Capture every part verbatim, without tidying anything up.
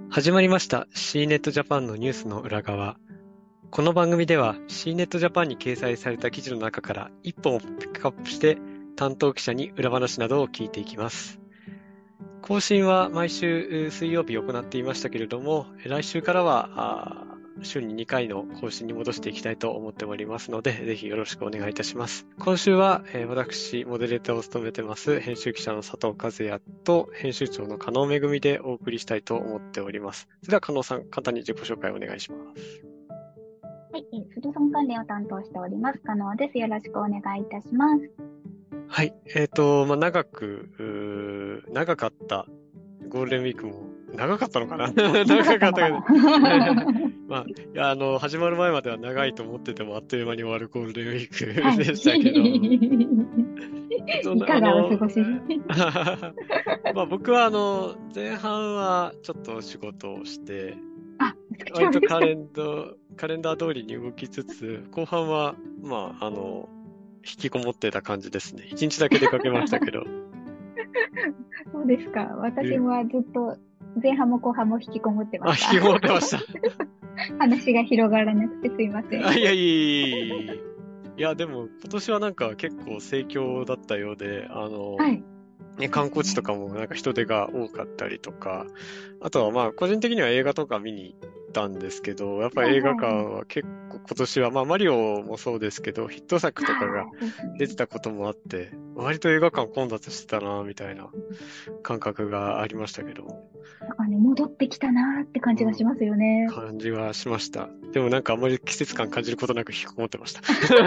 始まりました シーネット Japan のニュースの裏側。この番組では シーネット Japan に掲載された記事の中から一本をピックアップして担当記者に裏話などを聞いていきます。更新は毎週水曜日行っていましたけれども、来週からは週ににかいの更新に戻していきたいと思っておりますので、ぜひよろしくお願いいたします。今週は、えー、私、モデレーターを務めてます、編集記者の佐藤和也と編集長の加納めぐみでお送りしたいと思っております。それでは加納さん、簡単に自己紹介をお願いします。 はい、えー、不動産管理を担当しております。加納です。よろしくお願いいたします。 はい、えっ、ー、と、まあ、長く、長かったゴールデンウィークも、長かったのかな長かったけど。まあ、いや、あの、始まる前までは長いと思っててもあっという間に終わるゴールデンウィーク、はい、でしたけど。 いかがお過ごしまあ僕はあの、前半はちょっと仕事をして、 あ、 割とカレンダー、カレンダー通りに動きつつ、後半は、まあ、あの、引きこもってた感じですね。一日だけ出かけましたけど。 そうですか。私はずっと前半も後半も引きこもってました。 あ、引きこもってました。 話が広がらなくてすいません。 あ、いやいやいやいやいや、でも今年はなんか結構盛況だったようで、あの、はいね、観光地とかもなんか人手が多かったりとか、あとはまあ個人的には映画とか見に行ったんですけど、やっぱり映画館は結構今年はまあマリオもそうですけど、ヒット作とかが出てたこともあって、割と映画館混雑してたなみたいな感覚がありましたけど。 なんかね、戻ってきたなーって感じがしますよね、 うん。感じはしました。でもなんかあんまり季節感感じることなく引きこもってました。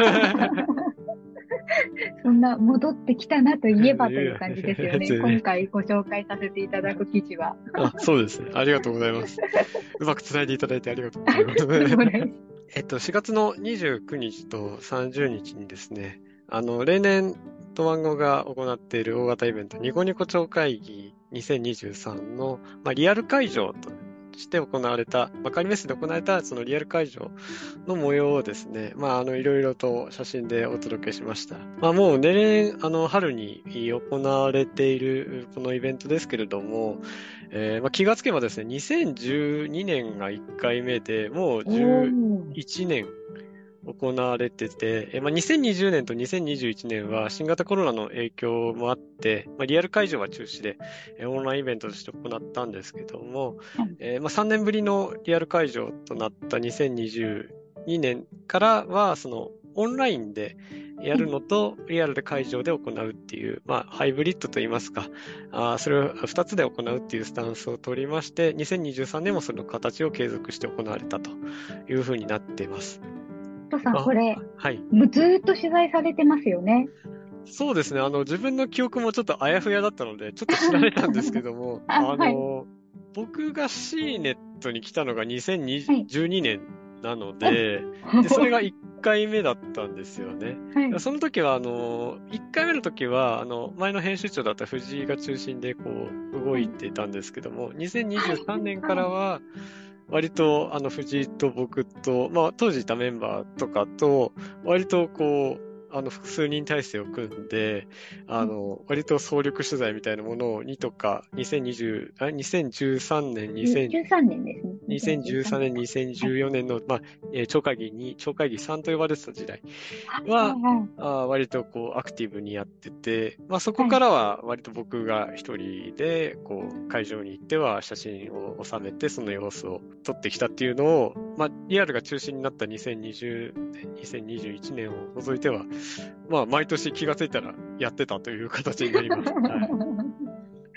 そんな戻ってきたなといえばという感じですよね。今回ご紹介させていただく記事は。 あ、そうですね。ありがとうございます。うまくつないでいただいてありがとうございます。えっと、しがつのにじゅうくにちとさんじゅうにちにですね、あの、例年、トワンゴが行っている大型イベント、ニコニコ超会議にせんにじゅうさんの、まあ、リアル会場として行われた、まあ、仮メッセで行われたそのリアル会場の模様をですね、まあ、あの、いろいろと写真でお届けしました。まあ、もう例年、あの、春に行われているこのイベントですけれども、えーまあ、気がつけばですね、にせんじゅうにねんがいっかいめで、もうじゅういちねん行われてて、えーまあ、にせんにじゅうねんとにせんにじゅういちねんは新型コロナの影響もあって、まあ、リアル会場は中止で、えー、オンラインイベントとして行ったんですけども、えーまあ、さんねんぶりのリアル会場となったにせんにじゅうにねんからは、そのオンラインでやるのと、リアルで会場で行うっていう、まあ、ハイブリッドといいますか、あそれをふたつで行うっていうスタンスを取りまして、にせんにじゅうさんねんもその形を継続して行われたというふうになっています。 トさん、これ、はい、ずっと取材されてますよね。 そうですね。あの、自分の記憶もちょっとあやふやだったので、ちょっと知られたんですけども、あの、はい、僕が シーネット に来たのがにせんじゅうにねんなので、はい、でそれがいっかいめだったんですよね。はい、その時は、あの、いっかいめの時は、あの、前の編集長だった藤井が中心でこう、動いてたんですけども、にせんにじゅうさんねんからは、割と、あの、藤井と僕と、まあ、当時いたメンバーとかと、割とこう、あの、複数人体制を組んで、あの、割と総力取材みたいなものをにとか、にせんにじゅう、あ、にせんじゅうさんねん、 にせんじゅうさんねんですね。 にせんじゅうさんねん、にせんじゅうよねんの、まあ、えー、超会議に、超会議さんと呼ばれてた時代は、あ割とこう、アクティブにやってて、まあ、そこからは割と僕が一人で、こう、会場に行っては写真を収めて、その様子を撮ってきたっていうのを、まあ、リアルが中心になったにせんにじゅうねん、にせんにじゅういちねんを除いては、まあ、毎年気がついたらやってたという形になります。はい、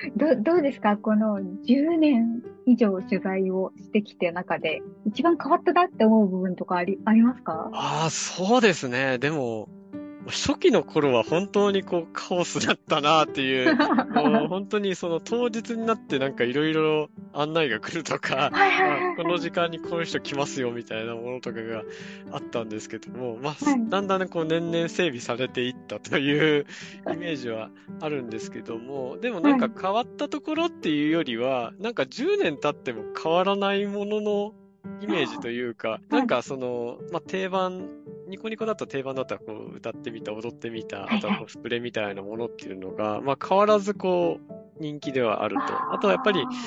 ど, どうですかこのじゅうねん以上取材をしてきて中で、一番変わったなって思う部分とかあり、ありますか？ ああ、そうですね。でも、初期の頃は本当にこうカオスだったなっていう、もう本当にその当日になってなんかいろいろ案内が来るとか、まあ、この時間にこういう人来ますよみたいなものとかがあったんですけども、まあ、だんだんこう年々整備されていったというイメージはあるんですけども、でもなんか変わったところっていうよりは、なんかじゅうねん経っても変わらないもののイメージというか、なんかその、まあ、定番、ニコニコだと定番だったらこう歌ってみた、踊ってみた、あとはコスプレみたいなものっていうのが、まあ変わらずこう人気ではあると。あとはやっぱり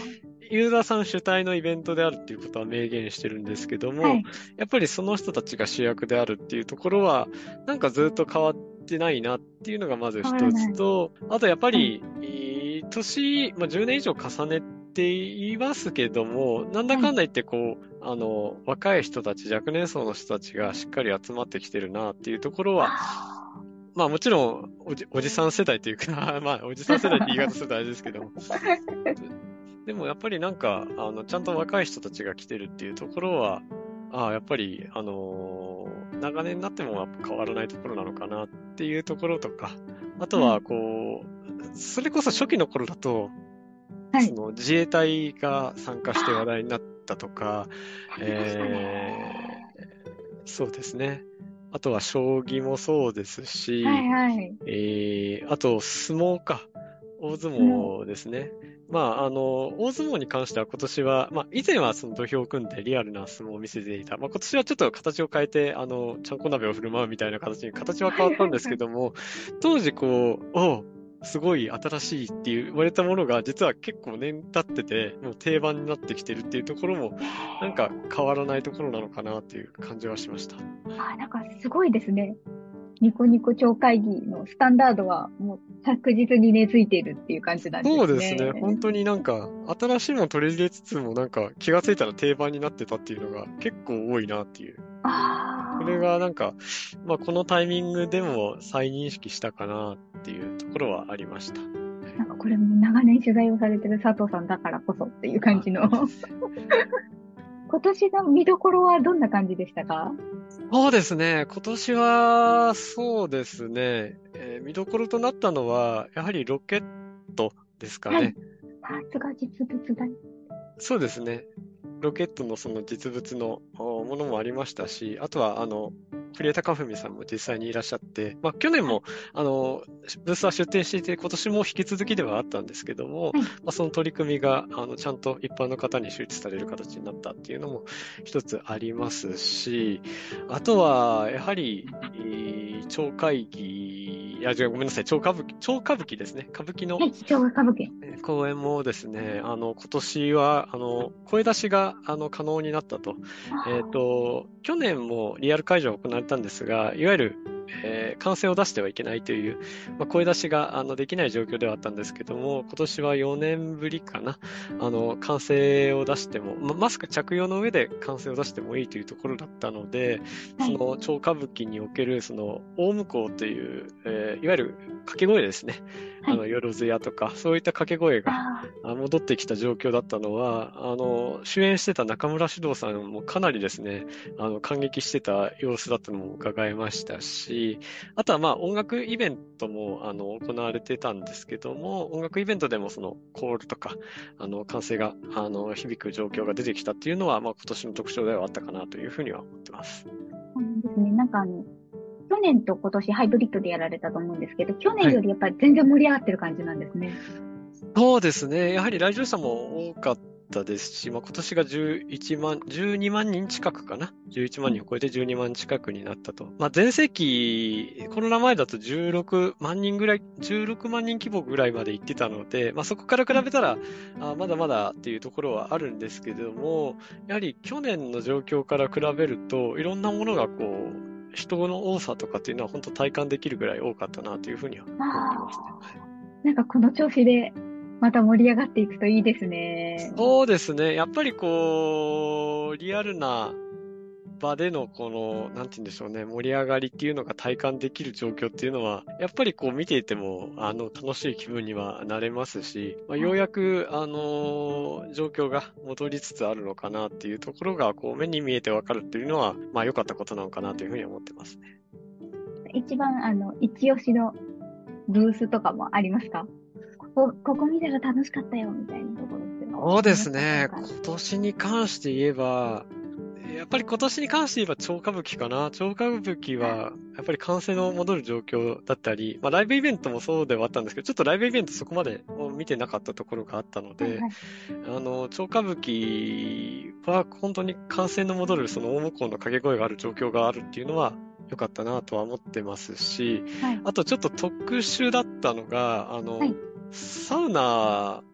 ユーザーさん主体のイベントであるっていうことは明言してるんですけども、 はい。 やっぱりその人たちが主役であるっていうところは、なんかずっと変わってないなっていうのがまず一変わらない。 つと、あとやっぱはい。 り、えー年、まあ、じゅうねん以上重ねていますけども、なんだはい。 かんだ言ってこう、あの、若い人たち、若年層の人たちがしっかり集まってきてるなっていうところは、 あまあもちろんおじ、おじさん世代というかまあおじさん世代って言い方するとあれですけども、でもやっぱりなんか、あの、ちゃんと若い人たちが来てるっていうところは、ああ、やっぱり、あのー長年になってもやっぱ変わらないところなのかなっていうところとか、あとは、 はい。 こう、それこそ初期の頃だと、 はい。 その自衛隊が参加して話あ題になったとか、 あ、ありましたえね。 ー、そうですね。あとは将棋もそうですし、 はいはい。 えー、あと相撲か。大相も撲ですね。まあ、あの、大相撲に関しては今年は、まあ、以前はその土俵を組んでリアルな相撲を見せていた。まあ、今年はちょっと形を変えて、あの、ちゃんこ鍋を振る舞うみたいな形に形はう、はい変わったんですはいはい。 けども、当時こう、おう、すごい新しいって言われたものが、実は結構年経ってて、もう定番になってきてるっていうところも、 えなんかえ、 変わらないところなのかなっていう感じはしました。 あ、なんかすごいですね。ニコニコ超会議のスタンダードはもう着実に根付いているっていう感じなんでそうすですね。本ね。 当になんか、新しいもの取り入れつつも、なんか気がついたら定番になってたっていうのが結構多いなっていう。それあがなんか、まあこのタイミングでも再認識したかなっていうところはありました。はあ、 い。 なんかこれも長年取材をされてる佐藤さんだからこそっていう感あ、 じの。 そうです。 今年の見どころはどんな感じでしたか？ そうですね。今年は、そうですね。えー見どころとなったのは、やはりロケットですかはい。 ね。 さすが実物大。 そうですね。ロケットのその実物のおものもありましたし、あとは、あの、クリエイターカフェミさんも実際にいらっしゃって、まあ、去年はい。 も、あの、ブースは出展していて、今年も引き続きではあったんですけども、 はい。 まあ、その取り組みが、あの、ちゃんと一般の方に周知される形になったっていうのも一つありますし、あとは、やはり、えー超会議、いや、違う、ごめんなさい、超歌舞伎、超歌舞伎ですね。歌舞伎のはい。超歌舞伎。 えー公演もですね、あの、今年は、あの、声出しが、あの、可能になったと。えっあと、去年もリアル会場が行われたんですが、いわゆる、えー歓声を出してはいけないという、まあ、声出しが、あの、できない状況ではあったんですけども、今年はよねんぶりかな。あの、歓声を出しても、まマスク着用の上で歓声を出してもいいというところだったので、 あ、はい。 その、超歌舞伎における、その、大向こうという、えーいわゆる掛け声ですね。 はい。 あの、よろずやとか、そういった掛け声がああ戻ってきた状況だったのは、あの、主演してた中村獅童さんもかなりですね、あの、感激してた様子だったのも伺いましたし、あとはまあ音楽イベントも、あの、行われてたんですけども、音楽イベントでもそのコールとか、あの、歓声が、あの、響く状況が出てきたっていうのは、まあ今年の特徴ではあったかなというふうには思ってます。 あ、そうなんですね。なんかあの、去年と今年ハイブリッドでやられたと思うんですけど、去年はい。 よりやっぱり全然盛り上がってる感じなんですね。 そうですね。やはり来場者も多かったですし、まあ、今年がじゅういちまん、じゅうにまん人近くかな。じゅういちまんはい。 人を超えてじゅうにまん近くになったと。まあ、前世紀、コロナ前だとじゅうろくまん人ぐらい、じゅうろくまん人規模ぐらいまで行ってたので、まあ、そこから比はい。 べたら、あまだまだっていうところはあるんですけれども、やはり去年の状況から比べると、いろんなものがこう、人の多さとかっていうのは本当体感できるぐらい多かったなというふうには思ってますね。 ああ、なんかこの調子でまた盛り上がっていくといいですね。 そうですね。やっぱりこう、リアルな場でのこの、なんて言うんでしょうね、盛り上がりっていうのが体感できる状況っていうのは、やっぱりこう見ていても、あの、楽しい気分にはなれますし、まあ、ようはい。 やく、あの、状況が戻りつつあるのかなっていうところが、こう目に見えてわかるっていうのは、まあ良かったことなのかなというふうに思ってますね。 一番あの、一押しのブースとかもありますか？ここ、ここ見たら楽しかったよ、みたいなところってそうでありましたか？なんすね。 か、 今年に関して言えば、やっぱり今年に関して言えば超歌舞伎かな。超歌舞伎は、やっぱり歓声の戻る状況だったり、まあライブイベントもそうではあったんですけど、ちょっとライブイベントそこまで見てなかったところがあったので、 はいはい。 あの、超歌舞伎は本当に歓声の戻るその大向こうの掛け声がある状況があるっていうのは良かったなとは思ってますし、 はい。 あとちょっと特殊だったのが、あの、 はい。 サウナ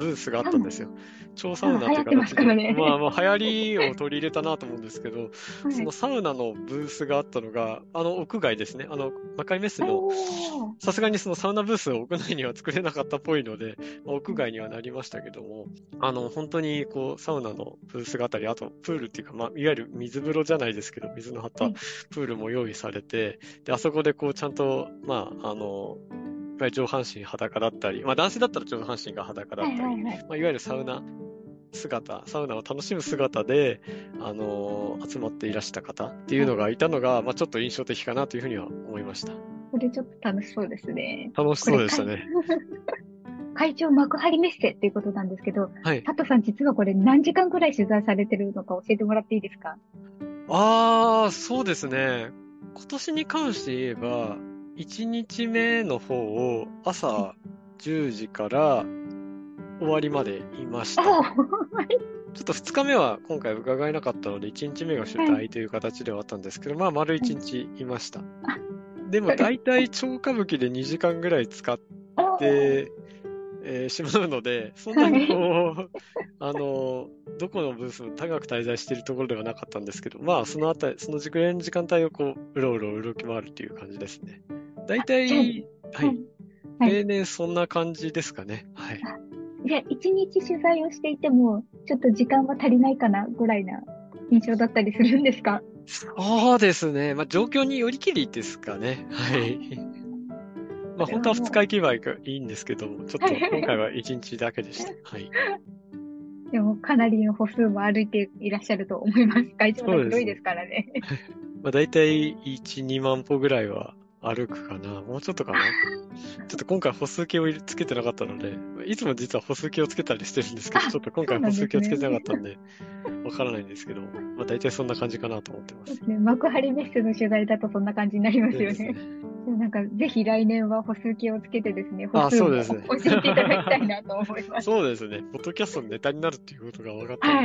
ブースがあったんですよ。超サウナっていう流行ってますからね。 まあ、まあ、流行りを取り入れたなと思うんですけど、 はい、 そのサウナのブースがあったのが、あの、屋外ですね。あの、幕張メッセの、さすがにそのサウナブースを屋内には作れなかったっぽいので、まあ、屋外にはなりましたけども、あの、本当にこう、サウナのブースがあったり、あと、プールっていうか、まあ、いわゆる水風呂じゃないですけど、水の張ったプールも用意されて、で、あそこでこう、ちゃんと、まあ、あの、いわゆる上半身裸だったり、まあ男性だったら上半身が裸だったり、はいはいはい、まあ、いわゆるサウナ姿、サウナを楽しむ姿で、あのー、集まっていらした方っていうのがいたのが、はい、まあちょっと印象的かなというふうには思いました。 これちょっと楽しそうですね。 楽しそうでしたね。 会長幕張メッセっていうことなんですけど、 はい。 佐藤さん実はこれ何時間くらい取材されてるのか教えてもらっていいですか？ ああ、そうですね。今年に関して言えば、いちにちめの方を朝じゅうじから終わりまでいました。ちょっとふつかめは今回伺えなかったので、いちにちめが取材という形ではあったんですけど、はい、まあ丸いちにちいました。はい、でも大体超歌舞伎でにじかんぐらい使って、えー、しまうので、そんなにこう、はい、あの、どこのブースも長く滞在しているところではなかったんですけど、まあそのあたり、その時間時間帯をこう、うろうろ動き回るという感じですね。大体、はい。例年そんな感じですかね。はい。 じゃあ、一日取材をしていても、ちょっと時間は足りないかなぐらいな印象だったりするんですか？ そうですね。まあ、状況によりきりですかね。はい。まあ、本当はふつか行けばいいんですけども、ちょっと今回はいちにちだけでした。はい。 でも、かなりの歩数も歩いていらっしゃると思います。会場が広いですからね。 まあ、だいたいいち、にまん歩ぐらいは歩くかな。もうちょっとかな。ちょっと今回歩数計をつけてなかったので、いつも実は歩数計をつけたりしてるんですけど、ちょっと今回歩数計をつけてなかったんで、わからないんですけど、まあ大体そんな感じかなと思ってます。 そうですね。幕張メッセの取材だとそんな感じになりますよね。なんか、ぜひ来年は歩数計をつけてですね、歩数も教えていただきたいなと思います。 そうですね。ポッドキャストのネタになるっていうことが分かったので、 はい。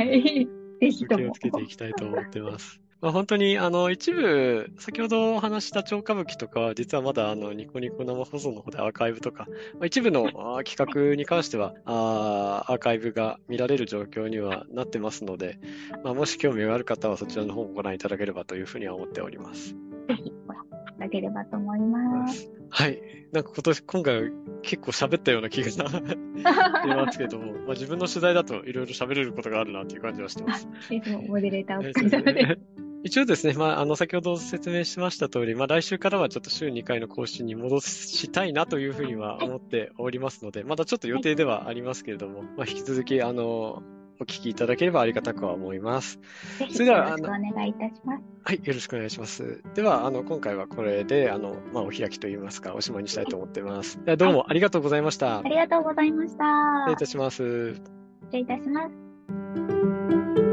ぜひとも。 歩数計をつけていきたいと思ってます。まあ、本当に、あの、一部、先ほどお話した超歌舞伎とかは、実はまだ、あの、ニコニコ生放送の方でアーカイブとか、まあ、一部の企画に関しては、あーアーカイブが見られる状況にはなってますので、まあ、もし興味がある方はそちらの方をご覧いただければというふうには思っております。 ぜひご覧いただければと思います。 はい。なんか今年、今回は結構喋ったような気がしますけども、まあ、自分の取材だといろいろ喋れることがあるなという感じはしてます。 いつもモデレーターお疲れ様です。 一応ですね、まあ、あの、先ほど説明しました通り、まあ、来週からはちょっと週にかいの更新に戻したいなというふうには思っておりますので、まだちょっと予定ではありますけれども、まあ、引き続き、あの、お聞きいただければありがたくは思います。 ぜひよろしくお願いいたします。 はい、よろしくお願いします。では、あの、今回はこれで、あの、まあ、お開きといいますか、おしまいにしたいと思ってます。ではどうもありがとうございました。 ありがとうございました。 失礼いたします。 失礼いたします。